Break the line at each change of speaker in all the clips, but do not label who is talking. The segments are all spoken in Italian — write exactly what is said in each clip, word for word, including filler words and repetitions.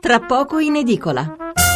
tra poco in edicola.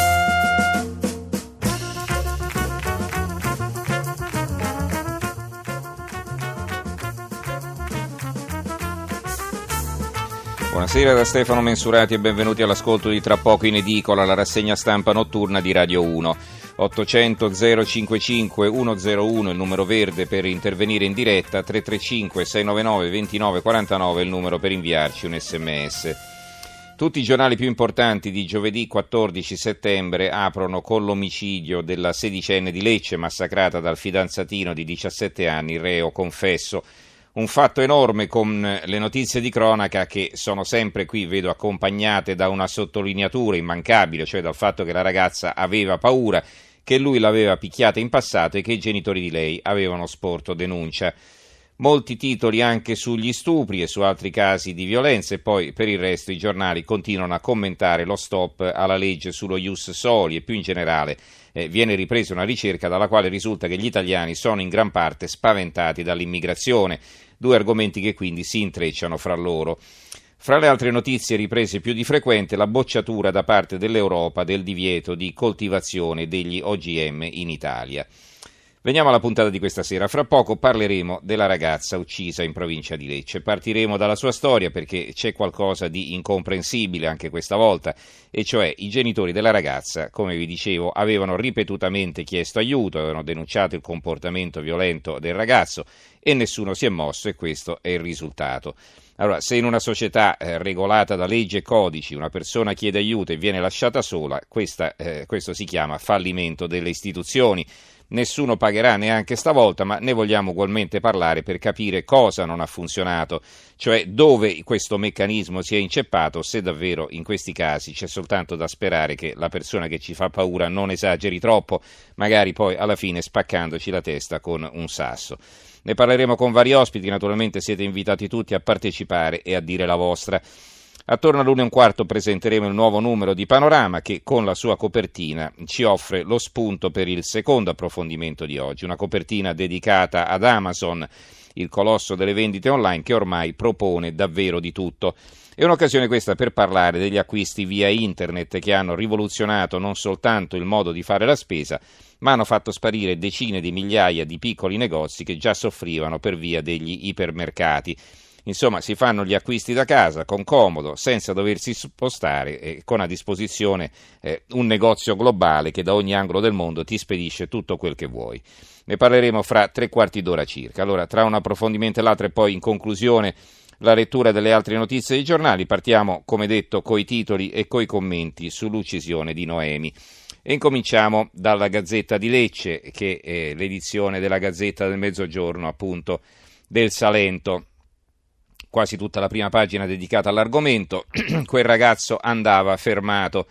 Buonasera da Stefano Mensurati e benvenuti all'ascolto di Tra poco in edicola, la rassegna stampa notturna di Radio uno. ottocento zero cinquantacinque centouno il numero verde per intervenire in diretta, tre tre cinque sei nove nove due nove quattro nove il numero per inviarci un sms. Tutti i giornali più importanti di giovedì quattordici settembre aprono con l'omicidio della sedicenne di Lecce massacrata dal fidanzatino di diciassette anni, reo confesso. Un fatto enorme con le notizie di cronaca che sono sempre qui, vedo, accompagnate da una sottolineatura immancabile, cioè dal fatto che la ragazza aveva paura, che lui l'aveva picchiata in passato e che i genitori di lei avevano sporto denuncia. Molti titoli anche sugli stupri e su altri casi di violenza e poi per il resto i giornali continuano a commentare lo stop alla legge sullo ius soli e più in generale eh, viene ripresa una ricerca dalla quale risulta che gli italiani sono in gran parte spaventati dall'immigrazione, due argomenti che quindi si intrecciano fra loro. Fra le altre notizie riprese più di frequente la bocciatura da parte dell'Europa del divieto di coltivazione degli O G M in Italia. Veniamo alla puntata di questa sera. Fra poco parleremo della ragazza uccisa in provincia di Lecce. Partiremo dalla sua storia perché c'è qualcosa di incomprensibile anche questa volta, e cioè i genitori della ragazza, come vi dicevo, avevano ripetutamente chiesto aiuto, avevano denunciato il comportamento violento del ragazzo e nessuno si è mosso e questo è il risultato. Allora, se in una società eh, regolata da leggi e codici una persona chiede aiuto e viene lasciata sola, questa, eh, questo si chiama fallimento delle istituzioni. Nessuno pagherà neanche stavolta, ma ne vogliamo ugualmente parlare per capire cosa non ha funzionato, cioè dove questo meccanismo si è inceppato, se davvero in questi casi c'è soltanto da sperare che la persona che ci fa paura non esageri troppo, magari poi alla fine spaccandoci la testa con un sasso. Ne parleremo con vari ospiti, naturalmente siete invitati tutti a partecipare e a dire la vostra. Attorno all'una e un quarto presenteremo il nuovo numero di Panorama che con la sua copertina ci offre lo spunto per il secondo approfondimento di oggi, una copertina dedicata ad Amazon, il colosso delle vendite online che ormai propone davvero di tutto. È un'occasione questa per parlare degli acquisti via internet che hanno rivoluzionato non soltanto il modo di fare la spesa, ma hanno fatto sparire decine di migliaia di piccoli negozi che già soffrivano per via degli ipermercati. Insomma, si fanno gli acquisti da casa, con comodo, senza doversi spostare e con a disposizione eh, un negozio globale che da ogni angolo del mondo ti spedisce tutto quel che vuoi. Ne parleremo fra tre quarti d'ora circa. Allora, tra un approfondimento e l'altro e poi in conclusione la lettura delle altre notizie dei giornali, partiamo, come detto, coi titoli e coi commenti sull'uccisione di Noemi. E incominciamo dalla Gazzetta di Lecce, che è l'edizione della Gazzetta del Mezzogiorno, appunto, del Salento. Quasi tutta la prima pagina dedicata all'argomento. Quel ragazzo andava fermato.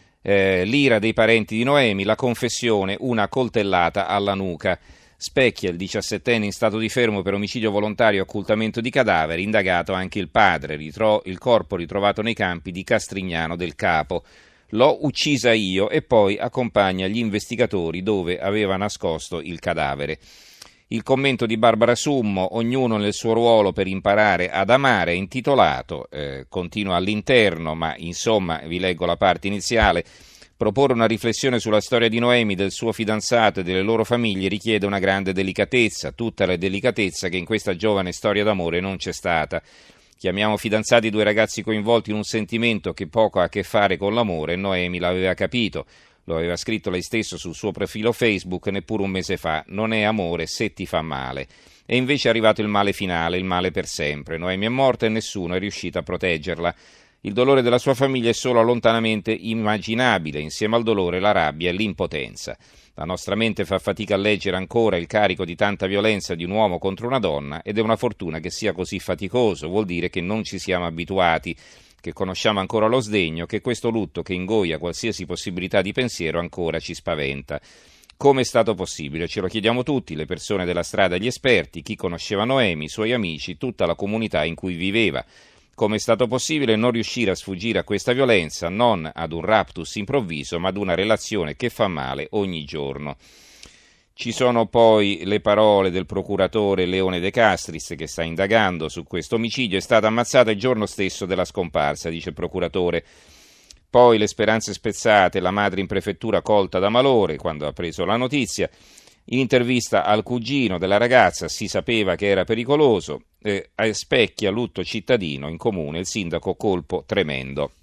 Eh, l'ira dei parenti di Noemi, la confessione, una coltellata alla nuca. Specchia il diciassettenne in stato di fermo per omicidio volontario e occultamento di cadaveri, indagato anche il padre, ritro- il corpo ritrovato nei campi di Castrignano del Capo. L'ho uccisa io e poi accompagna gli investigatori dove aveva nascosto il cadavere. Il commento di Barbara Summo, ognuno nel suo ruolo per imparare ad amare, intitolato, eh, continua all'interno, ma insomma vi leggo la parte iniziale, proporre una riflessione sulla storia di Noemi, del suo fidanzato e delle loro famiglie richiede una grande delicatezza, tutta la delicatezza che in questa giovane storia d'amore non c'è stata. Chiamiamo fidanzati due ragazzi coinvolti in un sentimento che poco ha a che fare con l'amore e Noemi l'aveva capito. Lo aveva scritto lei stesso sul suo profilo Facebook neppure un mese fa. Non è amore se ti fa male. E invece è arrivato il male finale, il male per sempre. Noemi è morta e nessuno è riuscito a proteggerla. Il dolore della sua famiglia è solo lontanamente immaginabile, insieme al dolore la rabbia e l'impotenza. La nostra mente fa fatica a leggere ancora il carico di tanta violenza di un uomo contro una donna ed è una fortuna che sia così faticoso, vuol dire che non ci siamo abituati, che conosciamo ancora lo sdegno, che questo lutto che ingoia qualsiasi possibilità di pensiero ancora ci spaventa. Come è stato possibile? Ce lo chiediamo tutti, le persone della strada, gli esperti, chi conosceva Noemi, i suoi amici, tutta la comunità in cui viveva. Come è stato possibile non riuscire a sfuggire a questa violenza, non ad un raptus improvviso, ma ad una relazione che fa male ogni giorno. Ci sono poi le parole del procuratore Leone De Castris che sta indagando su questo omicidio. È stata ammazzata il giorno stesso della scomparsa, dice il procuratore. Poi le speranze spezzate, la madre in prefettura colta da malore quando ha preso la notizia. In intervista al cugino della ragazza si sapeva che era pericoloso, eh, a Specchia lutto cittadino, in comune il sindaco colpo tremendo.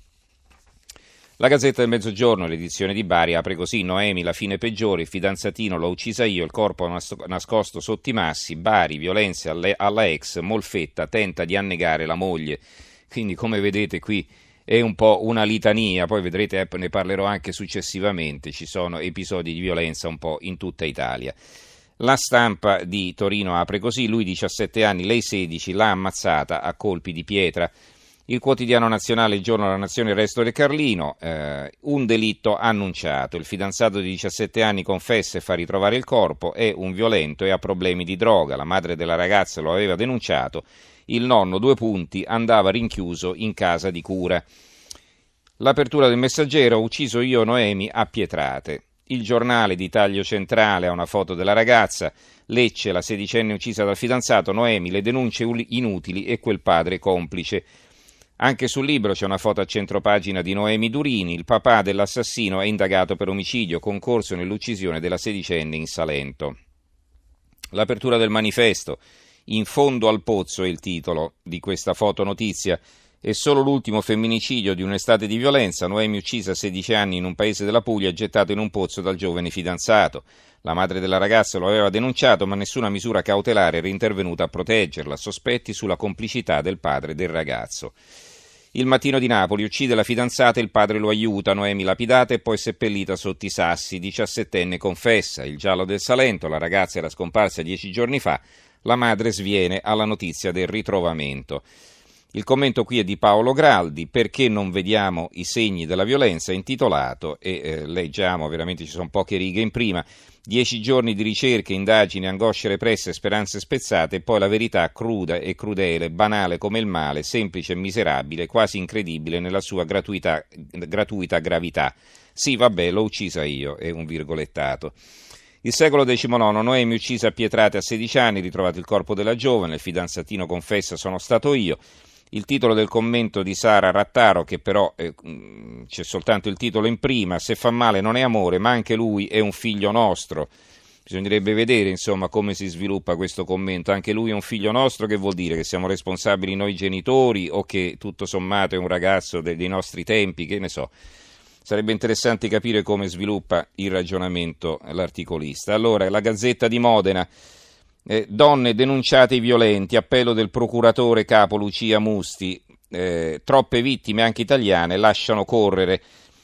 La Gazzetta del Mezzogiorno, l'edizione di Bari, apre così: Noemi la fine peggiore, il fidanzatino l'ho uccisa io, il corpo nascosto sotto i massi, Bari, violenze alle, alla ex, Molfetta tenta di annegare la moglie. Quindi come vedete qui è un po' una litania, poi vedrete, eh, ne parlerò anche successivamente, ci sono episodi di violenza un po' in tutta Italia. La Stampa di Torino apre così: lui diciassette anni, lei sedici, l'ha ammazzata a colpi di pietra. Il Quotidiano Nazionale, il Giorno della Nazione, il Resto del Carlino, eh, un delitto annunciato, il fidanzato di diciassette anni confessa e fa ritrovare il corpo, è un violento e ha problemi di droga, la madre della ragazza lo aveva denunciato, il nonno, due punti, andava rinchiuso in casa di cura. L'apertura del Messaggero: ho ucciso io Noemi a pietrate. Il Giornale di taglio centrale ha una foto della ragazza, Lecce, la sedicenne uccisa dal fidanzato, Noemi, le denunce inutili e quel padre complice. Anche sul Libro c'è una foto a centropagina di Noemi Durini, il papà dell'assassino è indagato per omicidio, concorso nell'uccisione della sedicenne in Salento. L'apertura del Manifesto: in fondo al pozzo è il titolo di questa fotonotizia. È solo l'ultimo femminicidio di un'estate di violenza, Noemi uccisa a sedici anni in un paese della Puglia, gettato in un pozzo dal giovane fidanzato. La madre della ragazza lo aveva denunciato, ma nessuna misura cautelare era intervenuta a proteggerla, sospetti sulla complicità del padre del ragazzo. Il Mattino di Napoli: uccide la fidanzata, il padre lo aiuta, Noemi lapidata e poi seppellita sotto i sassi, diciassettenne confessa. Il Giallo del Salento: la ragazza era scomparsa dieci giorni fa, la madre sviene alla notizia del ritrovamento. Il commento qui è di Paolo Graldi: perché non vediamo i segni della violenza, intitolato, e eh, leggiamo, veramente ci sono poche righe in prima: dieci giorni di ricerche, indagini, angosce represse, speranze spezzate e poi la verità cruda e crudele, banale come il male, semplice e miserabile, quasi incredibile nella sua gratuità, gratuita gravità. Sì, vabbè, l'ho uccisa io, è un virgolettato. Il Secolo diciannove: Noemi uccisa a pietrate a sedici anni, ritrovato il corpo della giovane, il fidanzatino confessa sono stato io. Il titolo del commento di Sara Rattaro, che però eh, c'è soltanto il titolo in prima: se fa male non è amore, ma anche lui è un figlio nostro. Bisognerebbe vedere insomma come si sviluppa questo commento. Anche lui è un figlio nostro, che vuol dire? Che siamo responsabili noi genitori o che tutto sommato è un ragazzo dei, dei nostri tempi, che ne so. Sarebbe interessante capire come sviluppa il ragionamento l'articolista. Allora, la Gazzetta di Modena: Eh, donne denunciate i violenti, appello del procuratore capo Lucia Musti, eh, troppe vittime anche italiane lasciano correre,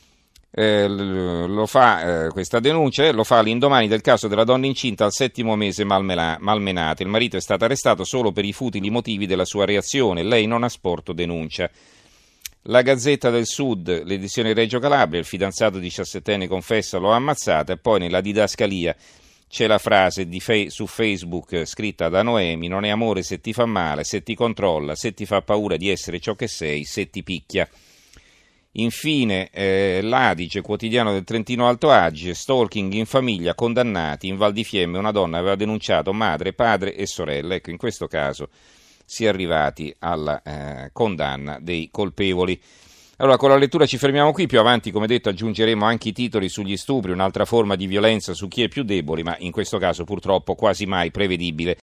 eh, lo fa eh, questa denuncia, lo fa all'indomani del caso della donna incinta al settimo mese malmena, malmenata, il marito è stato arrestato solo per i futili motivi della sua reazione, lei non ha sporto denuncia. La Gazzetta del Sud, l'edizione Reggio Calabria: il fidanzato diciassettenne confessa l'ho ammazzata, e poi nella didascalia c'è la frase di fe- su Facebook scritta da Noemi: non è amore se ti fa male, se ti controlla, se ti fa paura di essere ciò che sei, se ti picchia. Infine eh, l'Adige, quotidiano del Trentino Alto Adige: stalking in famiglia, condannati, in Val di Fiemme una donna aveva denunciato madre, padre e sorella. Ecco, in questo caso si è arrivati alla eh, condanna dei colpevoli. Allora, con la lettura ci fermiamo qui, più avanti, come detto, aggiungeremo anche i titoli sugli stupri, un'altra forma di violenza su chi è più debole, ma in questo caso purtroppo quasi mai prevedibile.